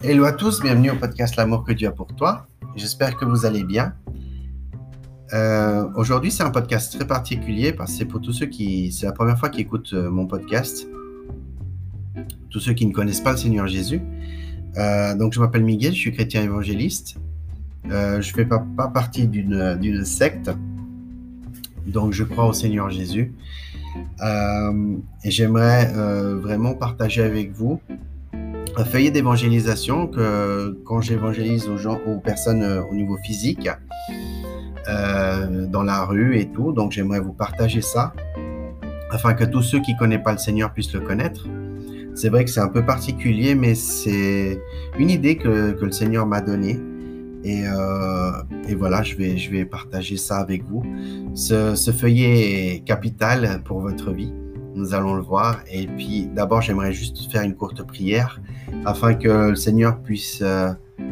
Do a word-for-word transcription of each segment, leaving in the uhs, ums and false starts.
Hello à tous, bienvenue au podcast L'amour que Dieu a pour toi. J'espère que vous allez bien. Euh, aujourd'hui, c'est un podcast très particulier parce que c'est pour tous ceux qui, c'est la première fois qu'ils écoutent euh, mon podcast, tous ceux qui ne connaissent pas le Seigneur Jésus. Euh, donc, je m'appelle Miguel, je suis chrétien évangéliste. Euh, je ne fais pas, pas partie d'une, d'une secte, donc je crois au Seigneur Jésus. Euh, et j'aimerais euh, vraiment partager avec vous un feuillet d'évangélisation que quand j'évangélise aux gens, aux personnes euh, au niveau physique, euh, dans la rue et tout. Donc j'aimerais vous partager ça, afin que tous ceux qui ne connaissent pas le Seigneur puissent le connaître. C'est vrai que c'est un peu particulier, mais c'est une idée que, que le Seigneur m'a donnée. Et, euh, et voilà, je vais, je vais partager ça avec vous. Ce, ce feuillet est capital pour votre vie. Nous allons le voir. Et puis, d'abord, j'aimerais juste faire une courte prière afin que le Seigneur puisse, euh,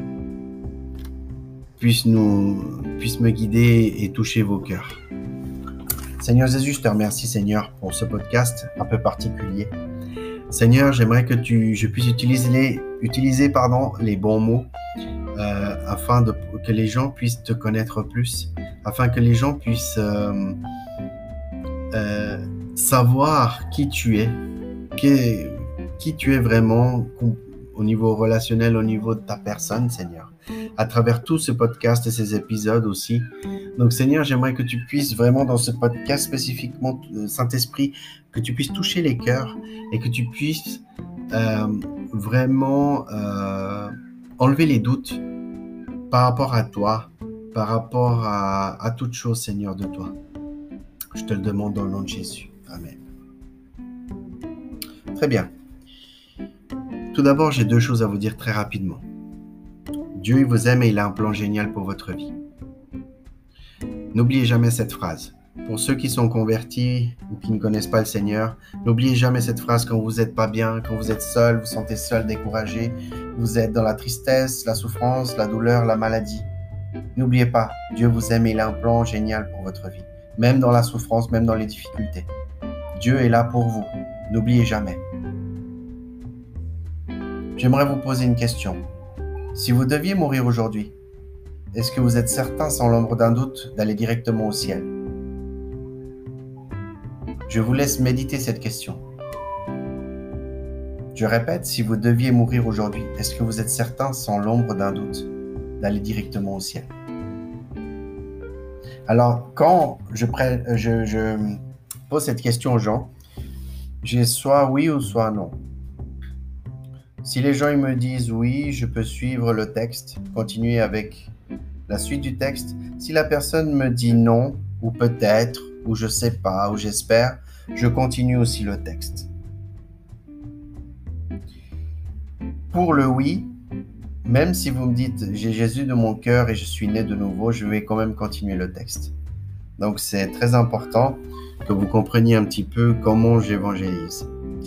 puisse, nous, puisse me guider et toucher vos cœurs. Seigneur Jésus, je te remercie, Seigneur, pour ce podcast un peu particulier. Seigneur, j'aimerais que tu, je puisse utiliser, les, utiliser pardon, les bons mots euh, afin de, que les gens puissent te connaître plus, afin que les gens puissent euh, euh, savoir qui tu es, qui, qui tu es vraiment au niveau relationnel, au niveau de ta personne, Seigneur, à travers tout ce podcast et ces épisodes aussi. Donc, Seigneur, j'aimerais que tu puisses vraiment, dans ce podcast spécifiquement, Saint-Esprit, que tu puisses toucher les cœurs et que tu puisses euh, vraiment euh, enlever les doutes par rapport à toi, par rapport à, à toute chose, Seigneur, de toi. Je te le demande dans le nom de Jésus. Amen. Très bien. Tout d'abord, j'ai deux choses à vous dire très rapidement. Dieu, il vous aime et il a un plan génial pour votre vie. N'oubliez jamais cette phrase. Pour ceux qui sont convertis ou qui ne connaissent pas le Seigneur, n'oubliez jamais cette phrase quand vous n'êtes pas bien, quand vous êtes seul, vous sentez seul, découragé, vous êtes dans la tristesse, la souffrance, la douleur, la maladie. N'oubliez pas, Dieu vous aime et il a un plan génial pour votre vie. Même dans la souffrance, même dans les difficultés. Dieu est là pour vous. N'oubliez jamais. J'aimerais vous poser une question. Si vous deviez mourir aujourd'hui, est-ce que vous êtes certain, sans l'ombre d'un doute, d'aller directement au ciel? Je vous laisse méditer cette question. Je répète, si vous deviez mourir aujourd'hui, est-ce que vous êtes certain, sans l'ombre d'un doute, d'aller directement au ciel? Alors, quand je, pré- je, je pose cette question aux gens, j'ai soit oui ou soit non. Si les gens ils me disent oui, je peux suivre le texte, continuer avec la suite du texte. Si la personne me dit non, ou peut-être, ou je sais pas, ou j'espère, je continue aussi le texte. Pour le oui, même si vous me dites j'ai Jésus de mon cœur et je suis né de nouveau, je vais quand même continuer le texte. Donc c'est très important que vous compreniez un petit peu comment j'évangélise.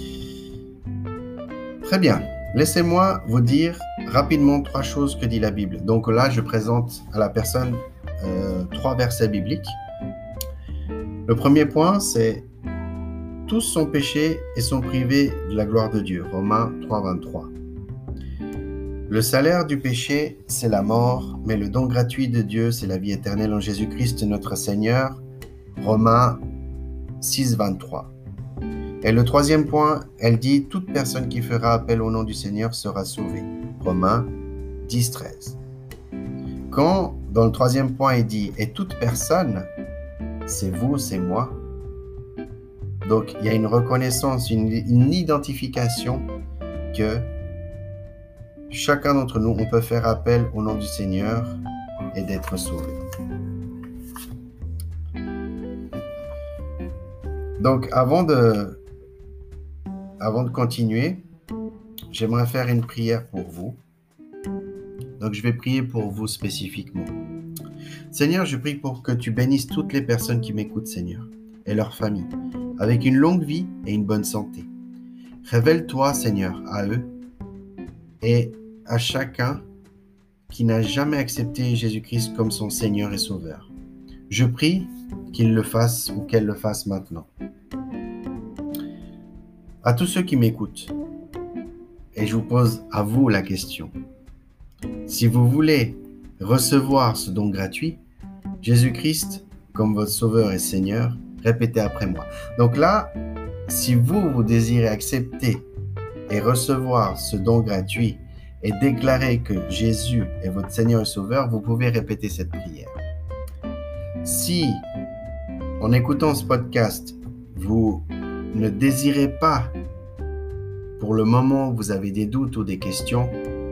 Très bien. Laissez-moi vous dire rapidement trois choses que dit la Bible. Donc là, je présente à la personne euh, trois versets bibliques. Le premier point, c'est « Tous sont péchés et sont privés de la gloire de Dieu » Romains trois, vingt-trois. Le salaire du péché, c'est la mort, mais le don gratuit de Dieu, c'est la vie éternelle en Jésus-Christ notre Seigneur. Romains six, vingt-trois. Et le troisième point, elle dit « Toute personne qui fera appel au nom du Seigneur sera sauvée » Romains dix, treize. Quand, dans le troisième point, il dit « Et toute personne », c'est vous, c'est moi. Donc, il y a une reconnaissance, une, une identification que chacun d'entre nous, on peut faire appel au nom du Seigneur et d'être sauvé. Donc, avant de... Avant de continuer, j'aimerais faire une prière pour vous. Donc, je vais prier pour vous spécifiquement. Seigneur, je prie pour que tu bénisses toutes les personnes qui m'écoutent, Seigneur, et leurs familles, avec une longue vie et une bonne santé. Révèle-toi, Seigneur, à eux et à chacun qui n'a jamais accepté Jésus-Christ comme son Seigneur et Sauveur. Je prie qu'il le fasse ou qu'elle le fasse maintenant. À tous ceux qui m'écoutent, et je vous pose à vous la question. Si vous voulez recevoir ce don gratuit, Jésus-Christ comme votre Sauveur et Seigneur, répétez après moi. Donc là, si vous, vous désirez accepter et recevoir ce don gratuit et déclarer que Jésus est votre Seigneur et Sauveur, vous pouvez répéter cette prière. Si, en écoutant ce podcast, vous ne désirez pas, pour le moment, vous avez des doutes ou des questions,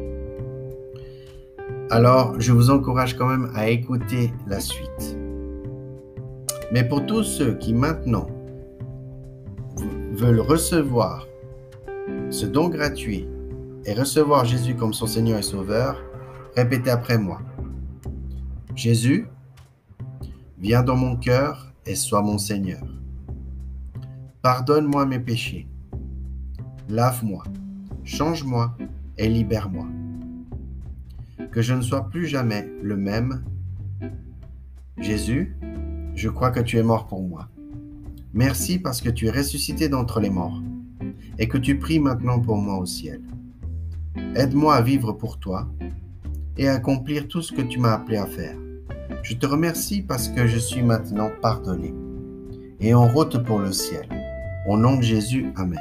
alors je vous encourage quand même à écouter la suite. Mais pour tous ceux qui maintenant veulent recevoir ce don gratuit et recevoir Jésus comme son Seigneur et Sauveur, répétez après moi. Jésus, viens dans mon cœur et sois mon Seigneur. Pardonne-moi mes péchés. Lave-moi, change-moi et libère-moi. Que je ne sois plus jamais le même. Jésus, je crois que tu es mort pour moi. Merci parce que tu es ressuscité d'entre les morts et que tu pries maintenant pour moi au ciel. Aide-moi à vivre pour toi et à accomplir tout ce que tu m'as appelé à faire. Je te remercie parce que je suis maintenant pardonné et en route pour le ciel. Au nom de Jésus, Amen.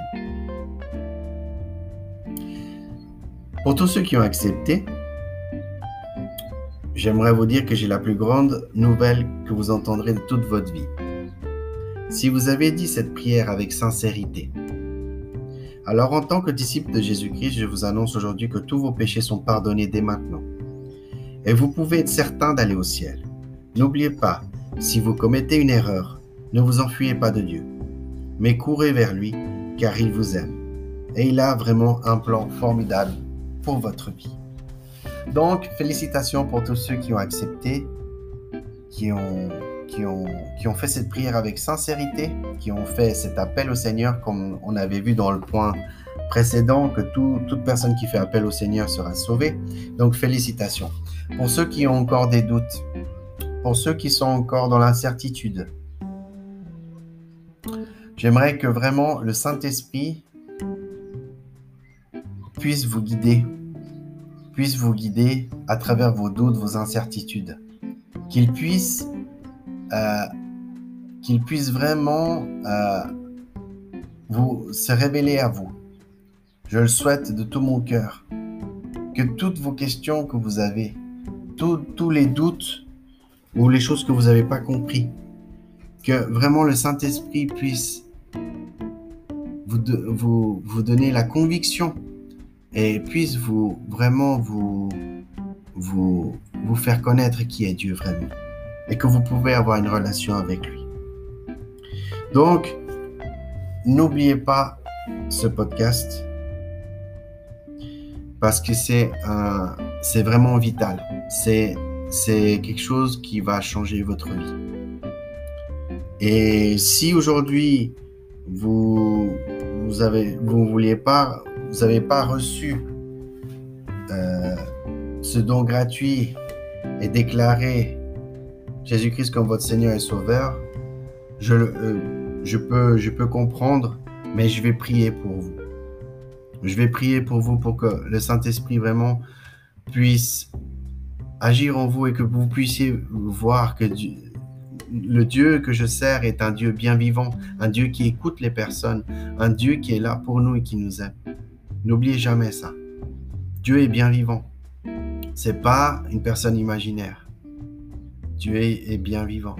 Pour tous ceux qui ont accepté, j'aimerais vous dire que j'ai la plus grande nouvelle que vous entendrez de toute votre vie. Si vous avez dit cette prière avec sincérité, alors en tant que disciple de Jésus-Christ, je vous annonce aujourd'hui que tous vos péchés sont pardonnés dès maintenant. Et vous pouvez être certain d'aller au ciel. N'oubliez pas, si vous commettez une erreur, ne vous enfuyez pas de Dieu, mais courez vers lui, car il vous aime. Et il a vraiment un plan formidable pour votre vie. Donc, félicitations pour tous ceux qui ont accepté, qui ont, qui ont, qui ont fait cette prière avec sincérité, qui ont fait cet appel au Seigneur, comme on avait vu dans le point précédent, que tout, toute personne qui fait appel au Seigneur sera sauvée. Donc, félicitations. Pour ceux qui ont encore des doutes, pour ceux qui sont encore dans l'incertitude, j'aimerais que vraiment le Saint-Esprit puisse vous guider, puisse vous guider à travers vos doutes, vos incertitudes. Qu'il puisse, euh, qu'il puisse vraiment euh, vous, se révéler à vous. Je le souhaite de tout mon cœur. Que toutes vos questions que vous avez, tous, tous les doutes ou les choses que vous n'avez pas compris, que vraiment le Saint-Esprit puisse vous, de, vous, vous donner la conviction et puisse vous vraiment vous, vous, vous faire connaître qui est Dieu vraiment et que vous pouvez avoir une relation avec lui. Donc, n'oubliez pas ce podcast parce que c'est, un, c'est vraiment vital. C'est, c'est quelque chose qui va changer votre vie. Et si aujourd'hui, vous vous avez, vous vouliez pas, vous n'avez pas reçu euh, ce don gratuit et déclaré Jésus-Christ comme votre Seigneur et Sauveur, je, euh, je, peux, je peux comprendre, mais je vais prier pour vous. Je vais prier pour vous pour que le Saint-Esprit vraiment puisse agir en vous et que vous puissiez voir que Dieu, le Dieu que je sers est un Dieu bien vivant, un Dieu qui écoute les personnes, un Dieu qui est là pour nous et qui nous aime. N'oubliez jamais ça. Dieu est bien vivant. C'est pas une personne imaginaire. Dieu est bien vivant.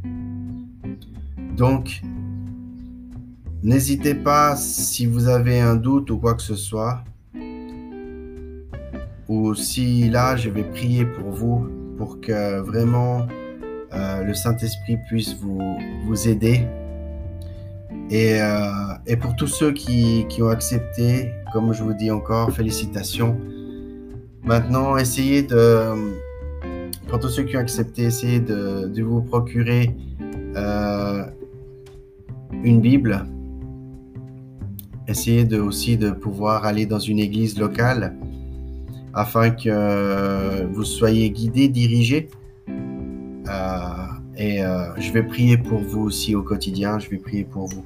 Donc, n'hésitez pas si vous avez un doute ou quoi que ce soit, ou si là, je vais prier pour vous, pour que vraiment euh, le Saint-Esprit puisse vous, vous aider. Et, euh, et pour tous ceux qui, qui ont accepté, comme je vous dis encore, félicitations. Maintenant, essayez de, pour tous ceux qui ont accepté, essayez de, de vous procurer euh, une Bible. Essayez de, aussi de pouvoir aller dans une église locale afin que vous soyez guidés, dirigés. Euh, et euh, je vais prier pour vous aussi au quotidien, je vais prier pour vous.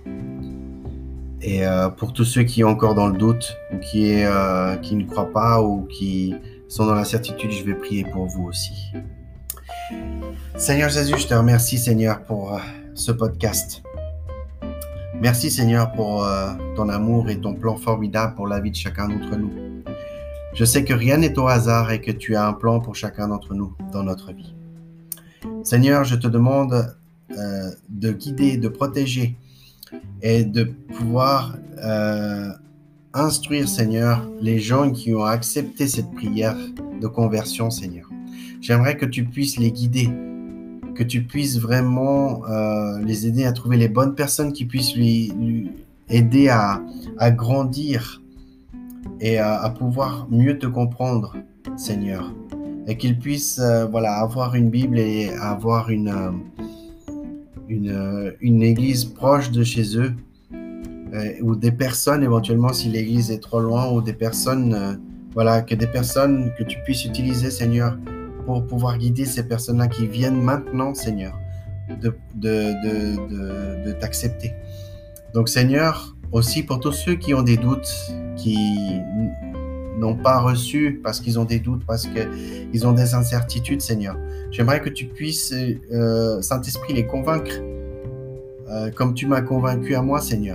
Et euh, pour tous ceux qui sont encore dans le doute, ou qui, est, euh, qui ne croient pas, ou qui sont dans la certitude, je vais prier pour vous aussi. Seigneur Jésus, je te remercie, Seigneur, pour euh, ce podcast. Merci, Seigneur, pour euh, ton amour et ton plan formidable pour la vie de chacun d'entre nous. Je sais que rien n'est au hasard et que tu as un plan pour chacun d'entre nous dans notre vie. Seigneur, je te demande euh, de guider, de protéger et de pouvoir euh, instruire, Seigneur, les gens qui ont accepté cette prière de conversion, Seigneur. J'aimerais que tu puisses les guider, que tu puisses vraiment euh, les aider à trouver les bonnes personnes qui puissent lui, lui aider à, à grandir et à, à pouvoir mieux te comprendre, Seigneur. Et qu'ils puissent euh, voilà, avoir une Bible et avoir une, euh, une, euh, une église proche de chez eux, euh, ou des personnes éventuellement si l'église est trop loin, ou des personnes, euh, voilà, que des personnes que tu puisses utiliser, Seigneur, pour pouvoir guider ces personnes-là qui viennent maintenant, Seigneur, de, de, de, de, de t'accepter. Donc, Seigneur, aussi pour tous ceux qui ont des doutes, qui n'ont pas reçu parce qu'ils ont des doutes, parce qu'ils ont des incertitudes, Seigneur, j'aimerais que tu puisses, euh, Saint-Esprit, les convaincre, euh, comme tu m'as convaincu à moi, Seigneur.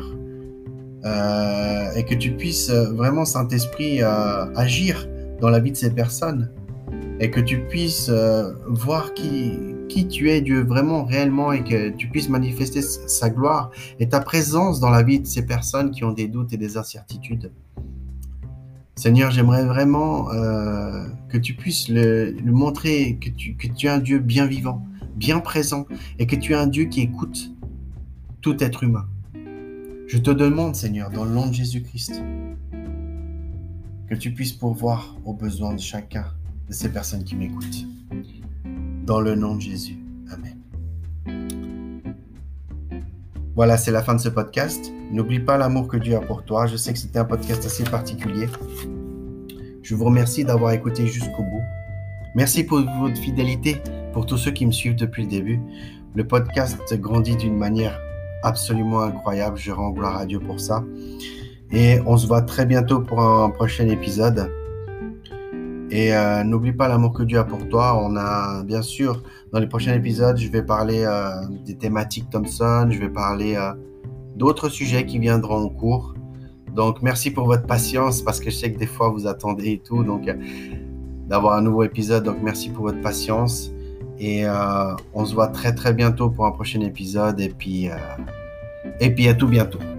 Euh, et que tu puisses vraiment, Saint-Esprit, euh, agir dans la vie de ces personnes. Et que tu puisses euh, voir qui, qui tu es, Dieu, vraiment, réellement, et que tu puisses manifester sa gloire et ta présence dans la vie de ces personnes qui ont des doutes et des incertitudes. Seigneur, j'aimerais vraiment euh, que tu puisses le, le montrer, que tu, que tu es un Dieu bien vivant, bien présent, et que tu es un Dieu qui écoute tout être humain. Je te demande, Seigneur, dans le nom de Jésus-Christ, que tu puisses pourvoir aux besoins de chacun de ces personnes qui m'écoutent. Dans le nom de Jésus. Amen. Voilà, c'est la fin de ce podcast. N'oublie pas l'amour que Dieu a pour toi. Je sais que c'était un podcast assez particulier. Je vous remercie d'avoir écouté jusqu'au bout. Merci pour votre fidélité, pour tous ceux qui me suivent depuis le début. Le podcast grandit d'une manière absolument incroyable. Je rends gloire à Dieu pour ça. Et on se voit très bientôt pour un prochain épisode. Et euh, n'oublie pas l'amour que Dieu a pour toi. On a, bien sûr, dans les prochains épisodes, je vais parler euh, des thématiques Thompson, je vais parler euh, d'autres sujets qui viendront en cours. Donc, merci pour votre patience, parce que je sais que des fois, vous attendez et tout, donc euh, d'avoir un nouveau épisode. Donc, merci pour votre patience. Et euh, on se voit très, très bientôt pour un prochain épisode. Et puis, euh, et puis à tout bientôt.